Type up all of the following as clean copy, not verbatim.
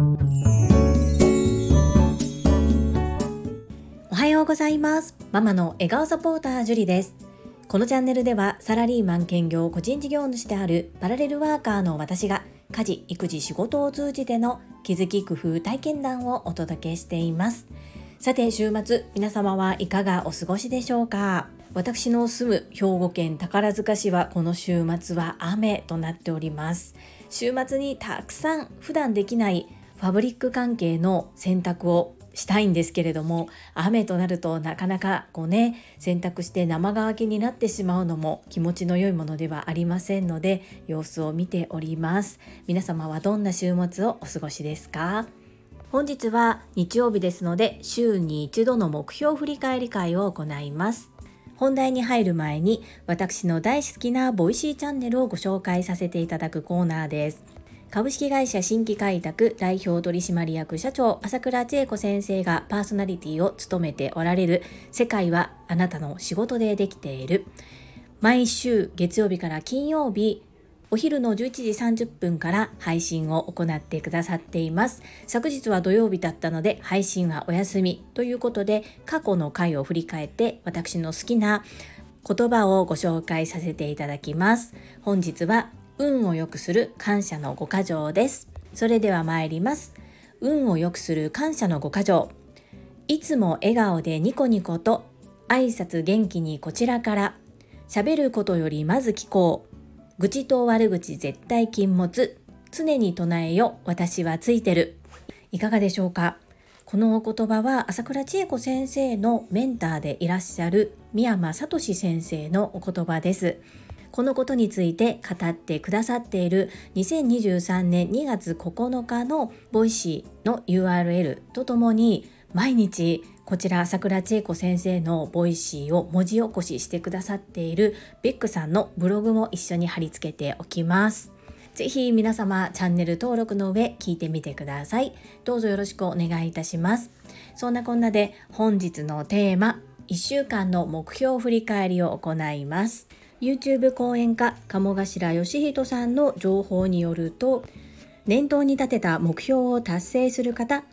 おはようございます。ママの笑顔サポータージュリです。このチャンネルではサラリーマン兼業個人事業主であるパラレルワーカーの私が家事・育児・仕事を通じての気づき・工夫・体験談をお届けしています。さて週末、皆様はいかがお過ごしでしょうか。私の住む兵庫県宝塚市はこの週末は雨となっております。週末にたくさん普段できないファブリック関係の洗濯をしたいんですけれども、雨となるとなかなか洗濯して生乾きになってしまうのも気持ちの良いものではありませんので、様子を見ております。皆様はどんな週末をお過ごしですか？本日は日曜日ですので、週に一度の目標振り返り会を行います。本題に入る前に、私の大好きなボイシーチャンネルをご紹介させていただくコーナーです。株式会社新規開拓代表取締役社長朝倉千恵子先生がパーソナリティを務めておられる世界はあなたの仕事でできている。毎週月曜日から金曜日お昼の11時30分から配信を行ってくださっています。昨日は土曜日だったので配信はお休みということで、過去の回を振り返って私の好きな言葉をご紹介させていただきます。本日は運を良くする感謝の5か条です。それでは参ります。運を良くする感謝の5か条。いつも笑顔でニコニコと挨拶元気にこちらから。喋ることよりまず聞こう。愚痴と悪口絶対禁物。常に唱えよ私はついてる。いかがでしょうか。このお言葉は朝倉千恵子先生のメンターでいらっしゃる三山聡先生のお言葉です。このことについて語ってくださっている2023年2月9日のボイシーの URL とともに、毎日こちら朝倉千恵子先生のボイシーを文字起こししてくださっているベックさんのブログも一緒に貼り付けておきます。ぜひ皆様チャンネル登録の上聞いてみてください。どうぞよろしくお願いいたします。そんなこんなで本日のテーマ、1週間の目標振り返りを行います。YouTube 講演家鴨頭義人さんの情報によると、念頭に立てた目標を達成する方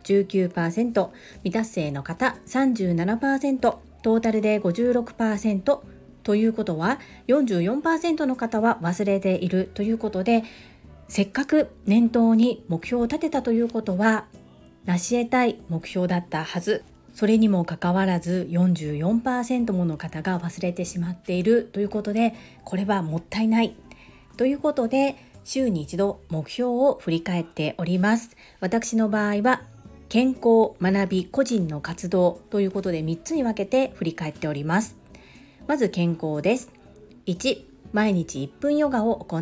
19%、 未達成の方 37%、 トータルで 56% ということは 44% の方は忘れているということで、せっかく念頭に目標を立てたということは成し得たい目標だったはず。それにもかかわらず 44% もの方が忘れてしまっているということで、これはもったいないということで、週に一度目標を振り返っております。私の場合は健康、学び、個人の活動ということで3つに分けて振り返っております。まず健康です。1、毎日1分ヨガを行う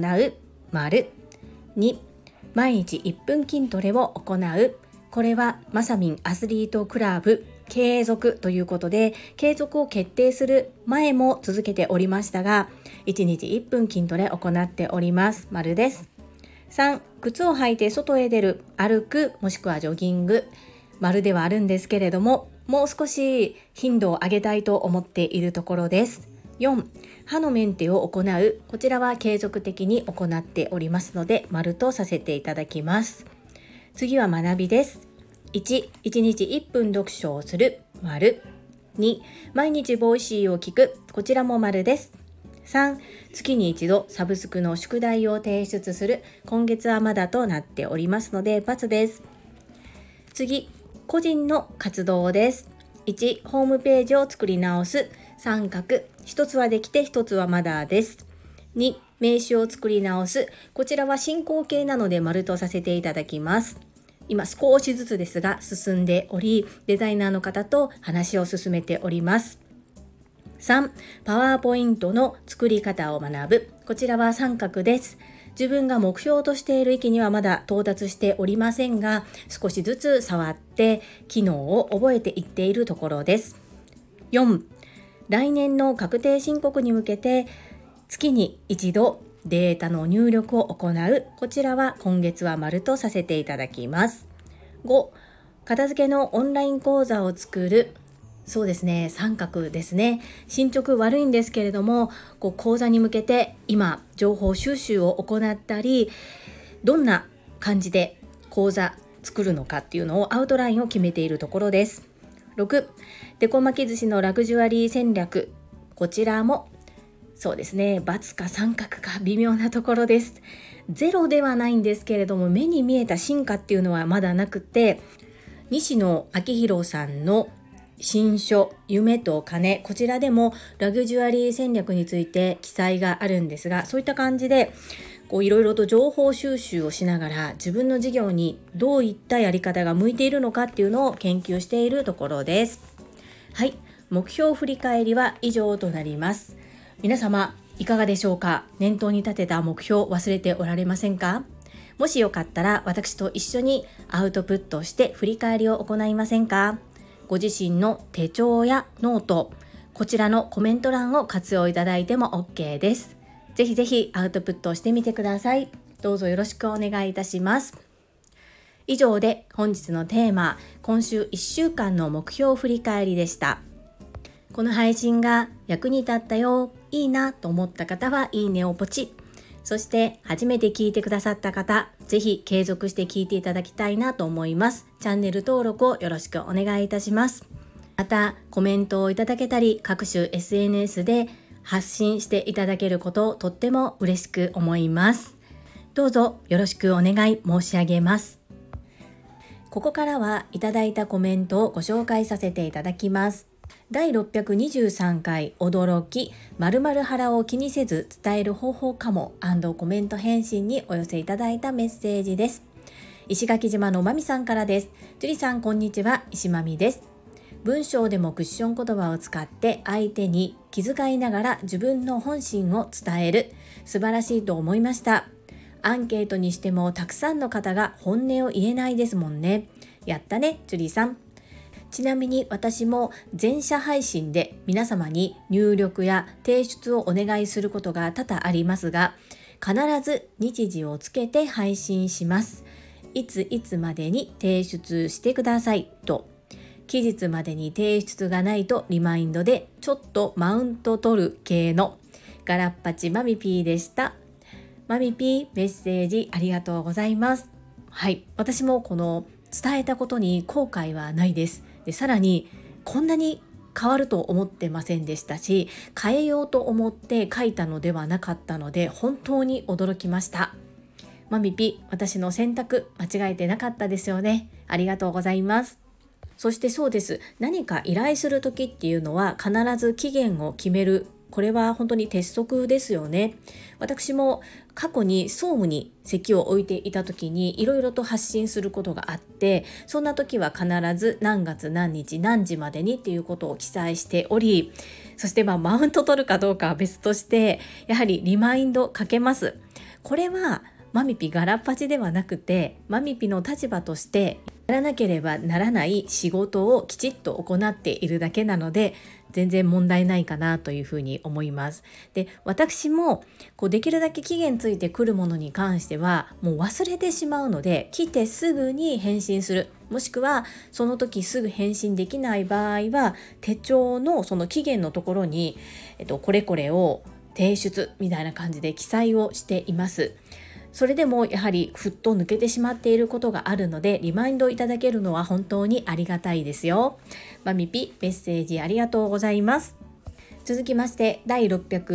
○。2、毎日1分筋トレを行う。これはマサミンアスリートクラブ継続ということで、継続を決定する前も続けておりましたが、1日1分筋トレ行っております。○です。3、靴を履いて外へ出る、歩くもしくはジョギング。○ではあるんですけれども、もう少し頻度を上げたいと思っているところです。4、歯のメンテを行う。こちらは継続的に行っておりますので○とさせていただきます。次は学びです。1、1日1分読書をする○。2、毎日ボイシーを聞く。こちらも○です。3、月に一度サブスクの宿題を提出する。今月はまだとなっておりますので×です。次、個人の活動です。1、ホームページを作り直す。1つはできて1つはまだです。2、名刺を作り直す。こちらは進行形なので○とさせていただきます。今少しずつですが進んでおり、デザイナーの方と話を進めております。3、パワーポイントの作り方を学ぶ。こちらは△です。自分が目標としている域にはまだ到達しておりませんが、少しずつ触って機能を覚えていっているところです。4、来年の確定申告に向けて月に一度データの入力を行う。こちらは今月は○とさせていただきます。5、片付けのオンライン講座を作る。そうですね、△ですね。進捗悪いんですけれども、講座に向けて今情報収集を行ったり、どんな感じで講座作るのかっていうのをアウトラインを決めているところです。6、デコ巻き寿司のラグジュアリー戦略。こちらもそうですね、×か三角か微妙なところです。ゼロではないんですけれども、目に見えた進化っていうのはまだなくて、西野昭弘さんの新書夢と金、こちらでもラグジュアリー戦略について記載があるんですが、そういった感じでいろいろと情報収集をしながら自分の事業にどういったやり方が向いているのかっていうのを研究しているところです。はい、目標振り返りは以上となります。皆様いかがでしょうか。念頭に立てた目標忘れておられませんか。もしよかったら私と一緒にアウトプットして振り返りを行いませんか。ご自身の手帳やノート、こちらのコメント欄を活用いただいても OK です。ぜひぜひアウトプットをしてみてください。どうぞよろしくお願いいたします。以上で本日のテーマ、今週1週間の目標振り返りでした。この配信が役に立ったよ、いいなと思った方はいいねをポチ。そして初めて聞いてくださった方、ぜひ継続して聞いていただきたいなと思います。チャンネル登録をよろしくお願いいたします。またコメントをいただけたり、各種 SNS で発信していただけることをとっても嬉しく思います。どうぞよろしくお願い申し上げます。ここからはいただいたコメントをご紹介させていただきます。第623回驚き〇〇腹を気にせず伝える方法かも&コメント返信にお寄せいただいたメッセージです。石垣島のまみさんからです。ジュリさんこんにちは、石まみです。文章でもクッション言葉を使って相手に気遣いながら自分の本心を伝える、素晴らしいと思いました。アンケートにしてもたくさんの方が本音を言えないですもんね。やったねジュリさん。ちなみに私も全社配信で皆様に入力や提出をお願いすることが多々ありますが、必ず日時をつけて配信します。いついつまでに提出してくださいと。期日までに提出がないとリマインドでちょっとマウント取る系のガラッパチマミピーでした。マミピーメッセージありがとうございます。はい、私もこの伝えたことに後悔はないです。でさらにこんなに変わると思ってませんでしたし、変えようと思って書いたのではなかったので本当に驚きました。マミピ、私の選択間違えてなかったですよね。ありがとうございます。そしてそうです。何か依頼する時っていうのは必ず期限を決める。これは本当に鉄則ですよね。私も過去に総務に席を置いていた時にいろいろと発信することがあって、そんな時は必ず何月何日何時までにっていうことを記載しており、そしてマウント取るかどうかは別としてやはりリマインドかけます。これはマミピガラッパチではなくて、マミピの立場としてやらなければならない仕事をきちっと行っているだけなので、全然問題ないかなというふうに思います。で、私もできるだけ期限ついてくるものに関してはもう忘れてしまうので、来てすぐに返信する、もしくはその時すぐ返信できない場合は手帳のその期限のところに、これこれを提出みたいな感じで記載をしています。それでもやはりふっと抜けてしまっていることがあるので、リマインドいただけるのは本当にありがたいですよ。マミピメッセージありがとうございます。続きまして第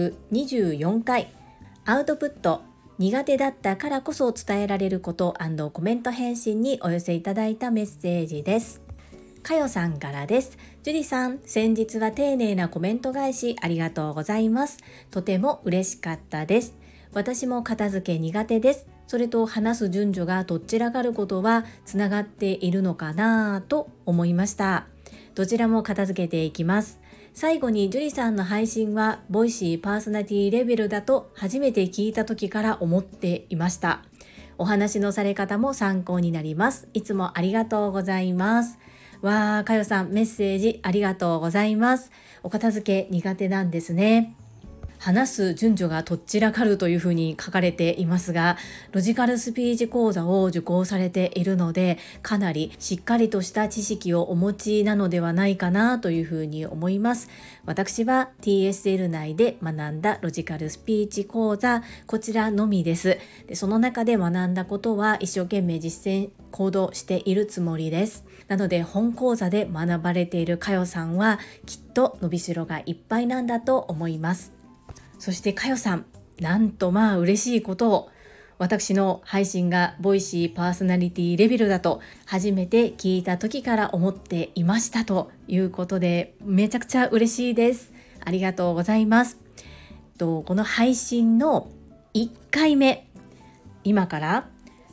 624回アウトプット、苦手だったからこそ伝えられること&コメント返信にお寄せいただいたメッセージです。かよさんからです。ジュリさん、先日は丁寧なコメント返しありがとうございます。とても嬉しかったです。私も片付け苦手です。それと話す順序がどちらかることはつながっているのかなと思いました。どちらも片付けていきます。最後にジュリさんの配信はボイシーパーソナリティレベルだと初めて聞いた時から思っていました。お話のされ方も参考になります。いつもありがとうございます。わー、かよさんメッセージありがとうございます。お片付け苦手なんですね。 話す順序がとっちらかるというふうに書かれていますが、ロジカルスピーチ講座を受講されているので、かなりしっかりとした知識をお持ちなのではないかなというふうに思います。私は TSL 内で学んだロジカルスピーチ講座、こちらのみです。で、その中で学んだことは一生懸命実践行動しているつもりです。なので本講座で学ばれているかよさんはきっと伸びしろがいっぱいなんだと思います。そしてかよさん、なんと嬉しいことを、私の配信がボイシーパーソナリティレベルだと初めて聞いた時から思っていましたということで、めちゃくちゃ嬉しいです。ありがとうございます。この配信の1回目、今から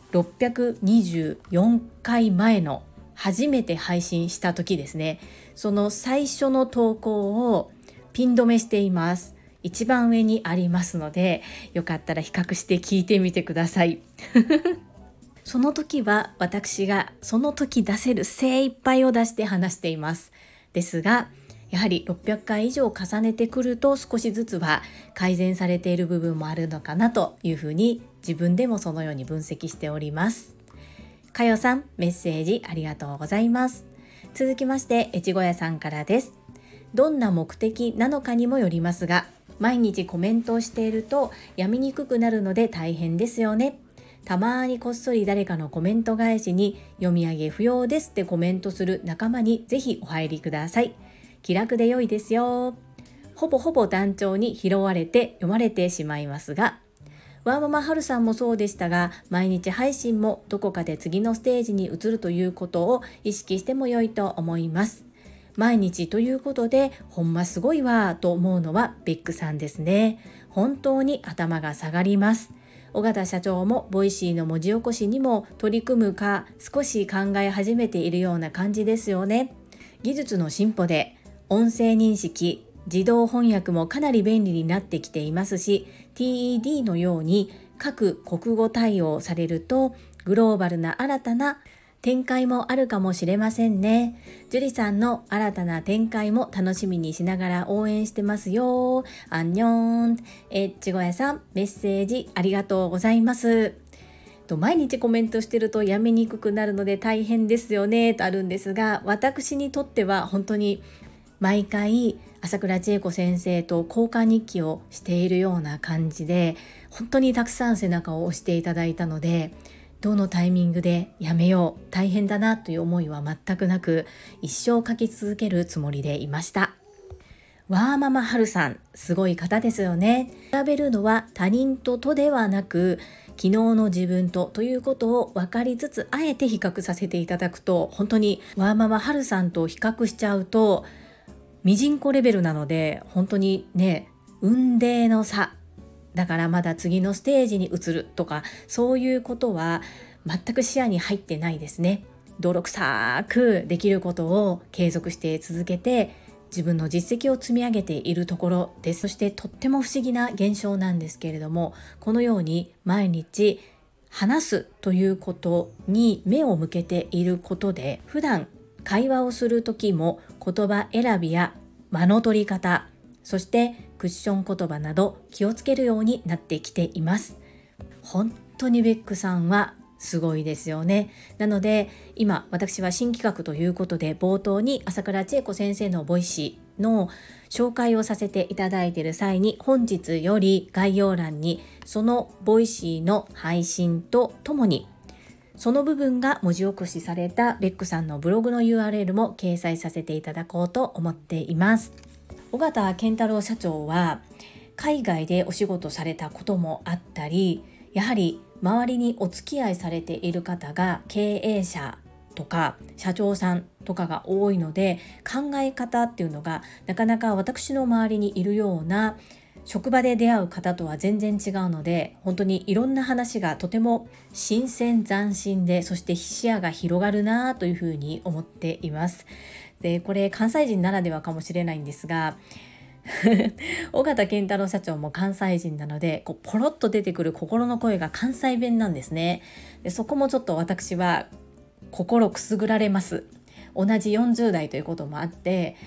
624回前の初めて配信した時ですね。その最初の投稿をピン止めしています。一番上にありますので、よかったら比較して聞いてみてください。その時は私がその時出せる精一杯を出して話しています。ですが、やはり600回以上重ねてくると少しずつは改善されている部分もあるのかなというふうに自分でもそのように分析しております。かよさん、メッセージありがとうございます。続きまして越後屋さんからです。どんな目的なのかにもよりますが、毎日コメントをしていると病みにくくなるので大変ですよね。たまにこっそり誰かのコメント返しに読み上げ不要ですってコメントする仲間にぜひお入りください。気楽で良いですよ。ほぼ団長に拾われて読まれてしまいますが、ワーママハルさんもそうでしたが、毎日配信もどこかで次のステージに移るということを意識しても良いと思います。毎日ということでほんますごいわと思うのはベックさんですね。本当に頭が下がります。尾形社長もボイシーの文字起こしにも取り組むか少し考え始めているような感じですよね。技術の進歩で音声認識、自動翻訳もかなり便利になってきていますし、 TED のように各国語対応されるとグローバルな新たな展開もあるかもしれませんね。ジュリさんの新たな展開も楽しみにしながら応援してますよ。アンニョン。ちごやさん、メッセージありがとうございます。毎日コメントしてるとやめにくくなるので大変ですよねとあるんですが、私にとっては本当に毎回朝倉千恵子先生と交換日記をしているような感じで、本当にたくさん背中を押していただいたので、どのタイミングでやめよう、大変だなという思いは全くなく、一生書き続けるつもりでいました。ワーママハルさん、すごい方ですよね。比べるのは他人とではなく、昨日の自分ということを分かりつつ、あえて比較させていただくと、本当にワーママハルさんと比較しちゃうとミジンコレベルなので、本当にね、雲泥の差だから、まだ次のステージに移るとかそういうことは全く視野に入ってないですね。泥臭くできることを継続して続けて自分の実績を積み上げているところです。そしてとっても不思議な現象なんですけれども、このように毎日話すということに目を向けていることで、普段会話をする時も言葉選びや間の取り方、そしてクッション言葉など気をつけるようになってきています。本当にベックさんはすごいですよね。なので今私は新企画ということで、冒頭に朝倉千恵子先生のボイシーの紹介をさせていただいている際に、本日より概要欄にそのボイシーの配信とともにその部分が文字起こしされたベックさんのブログの URL も掲載させていただこうと思っています。尾形健太郎社長は海外でお仕事されたこともあったり、やはり周りにお付き合いされている方が経営者とか社長さんとかが多いので、考え方っていうのがなかなか私の周りにいるような職場で出会う方とは全然違うので、本当にいろんな話がとても新鮮斬新で、そして視野が広がるなというふうに思っています。で、これ関西人ならではかもしれないんですが尾形健太郎社長も関西人なので、ポロッと出てくる心の声が関西弁なんですね。で、そこもちょっと私は心くすぐられます。同じ40代ということもあって、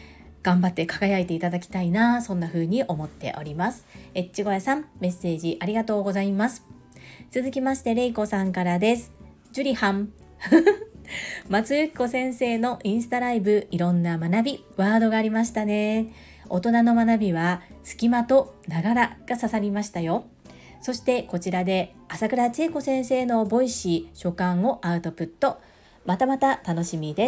頑張って輝いていただきたいな、そんな風に思っております。越後屋さん、メッセージありがとうございます。続きましてれいこさんからです。ジュリハン松由紀子先生のインスタライブ、いろんな学びワードがありましたね。大人の学びは隙間とながらが刺さりましたよ。そしてこちらで朝倉千恵子先生のボイシー書簡をアウトプット、またまた楽しみです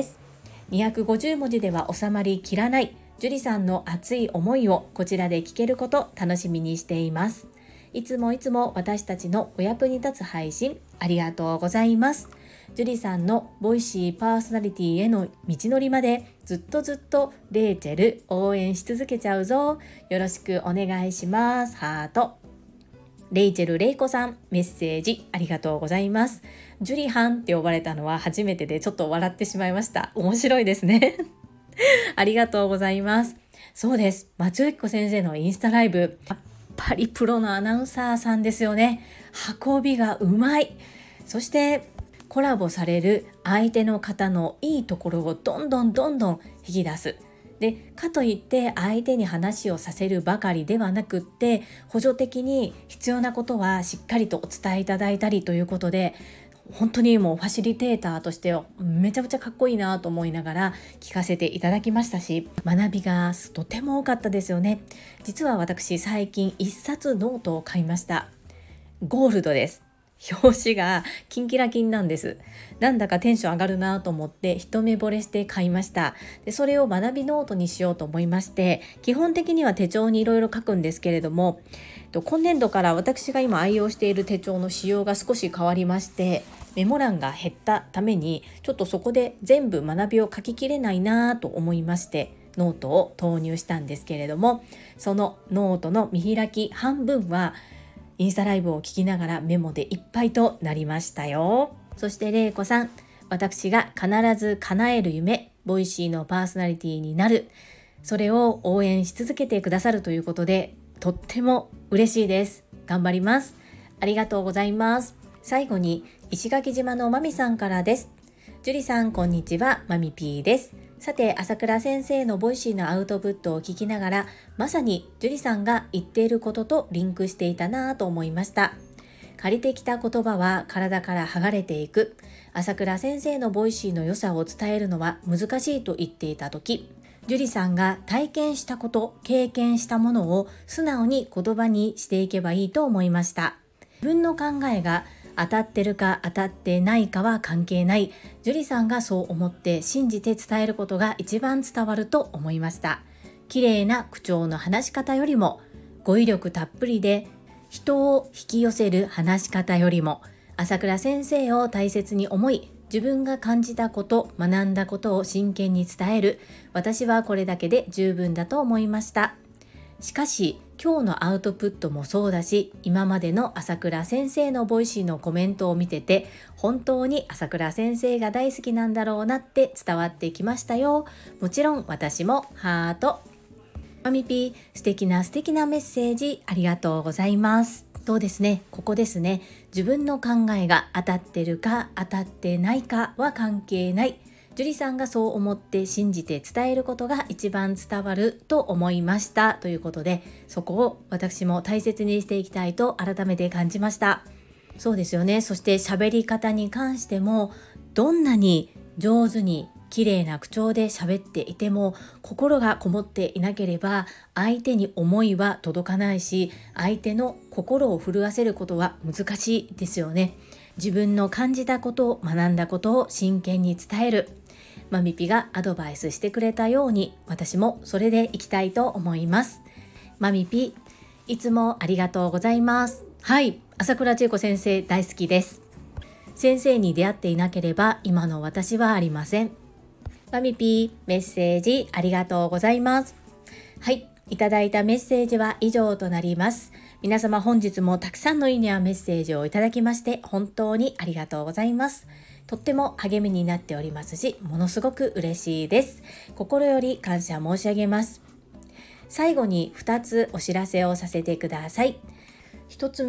。250文字では収まりきらない樹里さんの熱い思いをこちらで聞けること楽しみにしています。いつも私たちのお役に立つ配信ありがとうございます。樹里さんのボイシーパーソナリティへの道のりまでずっとレイチェル応援し続けちゃうぞ。よろしくお願いします。ハート。レイチェル・レイコさん、メッセージありがとうございます。ジュリハンって呼ばれたのは初めてでちょっと笑ってしまいました。面白いですねありがとうございます。そうです、松由紀子先生のインスタライブ、やっぱりプロのアナウンサーさんですよね。運びがうまい。そしてコラボされる相手の方のいいところをどんどん引き出す。でかといって相手に話をさせるばかりではなくって、補助的に必要なことはしっかりとお伝えいただいたりということで、本当にもうファシリテーターとしてめちゃくちゃかっこいいなと思いながら聞かせていただきましたし、学びがとても多かったですよね。実は私最近一冊ノートを買いました。ゴールドです。表紙がキンキラキンなんです。なんだかテンション上がるなと思って一目惚れして買いました。でそれを学びノートにしようと思いまして、基本的には手帳にいろいろ書くんですけれども、今年度から私が今愛用している手帳の仕様が少し変わりまして、メモ欄が減ったためにちょっとそこで全部学びを書ききれないなと思いまして、ノートを投入したんですけれども、そのノートの見開き半分はインスタライブを聞きながらメモでいっぱいとなりましたよ。そしてれいこさん、私が必ず叶える夢、ボイシーのパーソナリティになる、それを応援し続けてくださるということで、とっても嬉しいです。頑張ります。ありがとうございます。最後に石垣島のまみさんからです。ジュリさんこんにちは、まみぴーです。さて、朝倉先生のボイシーのアウトプットを聞きながら、まさにジュリさんが言っていることとリンクしていたなと思いました。借りてきた言葉は体から剥がれていく。朝倉先生のボイシーの良さを伝えるのは難しいと言っていた時、ジュリさんが体験したこと、経験したものを素直に言葉にしていけばいいと思いました。自分の考えが当たってるか当たってないかは関係ない。ジュリさんがそう思って信じて伝えることが一番伝わると思いました。綺麗な口調の話し方よりも、語彙力たっぷりで人を引き寄せる話し方よりも、朝倉先生を大切に思い、自分が感じたこと、学んだことを真剣に伝える。私はこれだけで十分だと思いました。しかし今日のアウトプットもそうだし、今までの朝倉先生のボイシーのコメントを見てて、本当に朝倉先生が大好きなんだろうなって伝わってきましたよ。もちろん私もハート。まみぴー、素敵なメッセージありがとうございます。そうですね、ここですね。自分の考えが当たってるか当たってないかは関係ない。ジュリさんがそう思って信じて伝えることが一番伝わると思いましたということで、そこを私も大切にしていきたいと改めて感じました。そうですよね。そして喋り方に関しても、どんなに上手に綺麗な口調で喋っていても、心がこもっていなければ相手に思いは届かないし、相手の心を震わせることは難しいですよね。自分の感じたことを、学んだことを真剣に伝える。まみぴがアドバイスしてくれたように、私もそれでいきたいと思います。まみぴ、いつもありがとうございます。はい、朝倉千恵子先生大好きです。先生に出会っていなければ今の私はありません。まみぴ、メッセージありがとうございます。はい、いただいたメッセージは以上となります。皆様本日もたくさんのいいねやメッセージをいただきまして本当にありがとうございます。とっても励みになっておりますし、ものすごく嬉しいです。心より感謝申し上げます。最後に2つお知らせをさせてください。1つ目、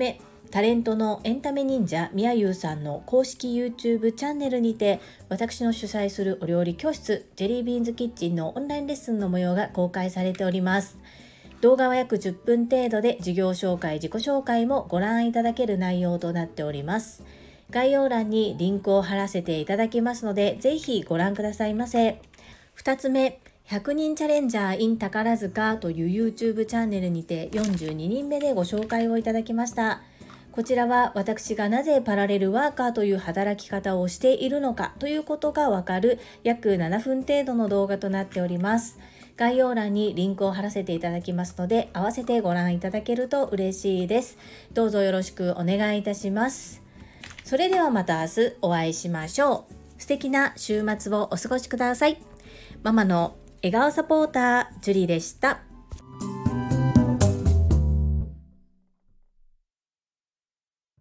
タレントのエンタメ忍者みやゆうさんの公式 YouTube チャンネルにて、私の主催するお料理教室ジェリービーンズキッチンのオンラインレッスンの模様が公開されております。動画は約10分程度で、授業紹介、自己紹介もご覧いただける内容となっております。概要欄にリンクを貼らせていただきますので、ぜひご覧くださいませ。2つ目、100人チャレンジャー in 宝塚という YouTube チャンネルにて42人目でご紹介をいただきました。こちらは私がなぜパラレルワーカーという働き方をしているのかということがわかる約7分程度の動画となっております。概要欄にリンクを貼らせていただきますので、合わせてご覧いただけると嬉しいです。どうぞよろしくお願いいたします。それではまた明日お会いしましょう。素敵な週末をお過ごしください。ママの笑顔サポータージュリでした。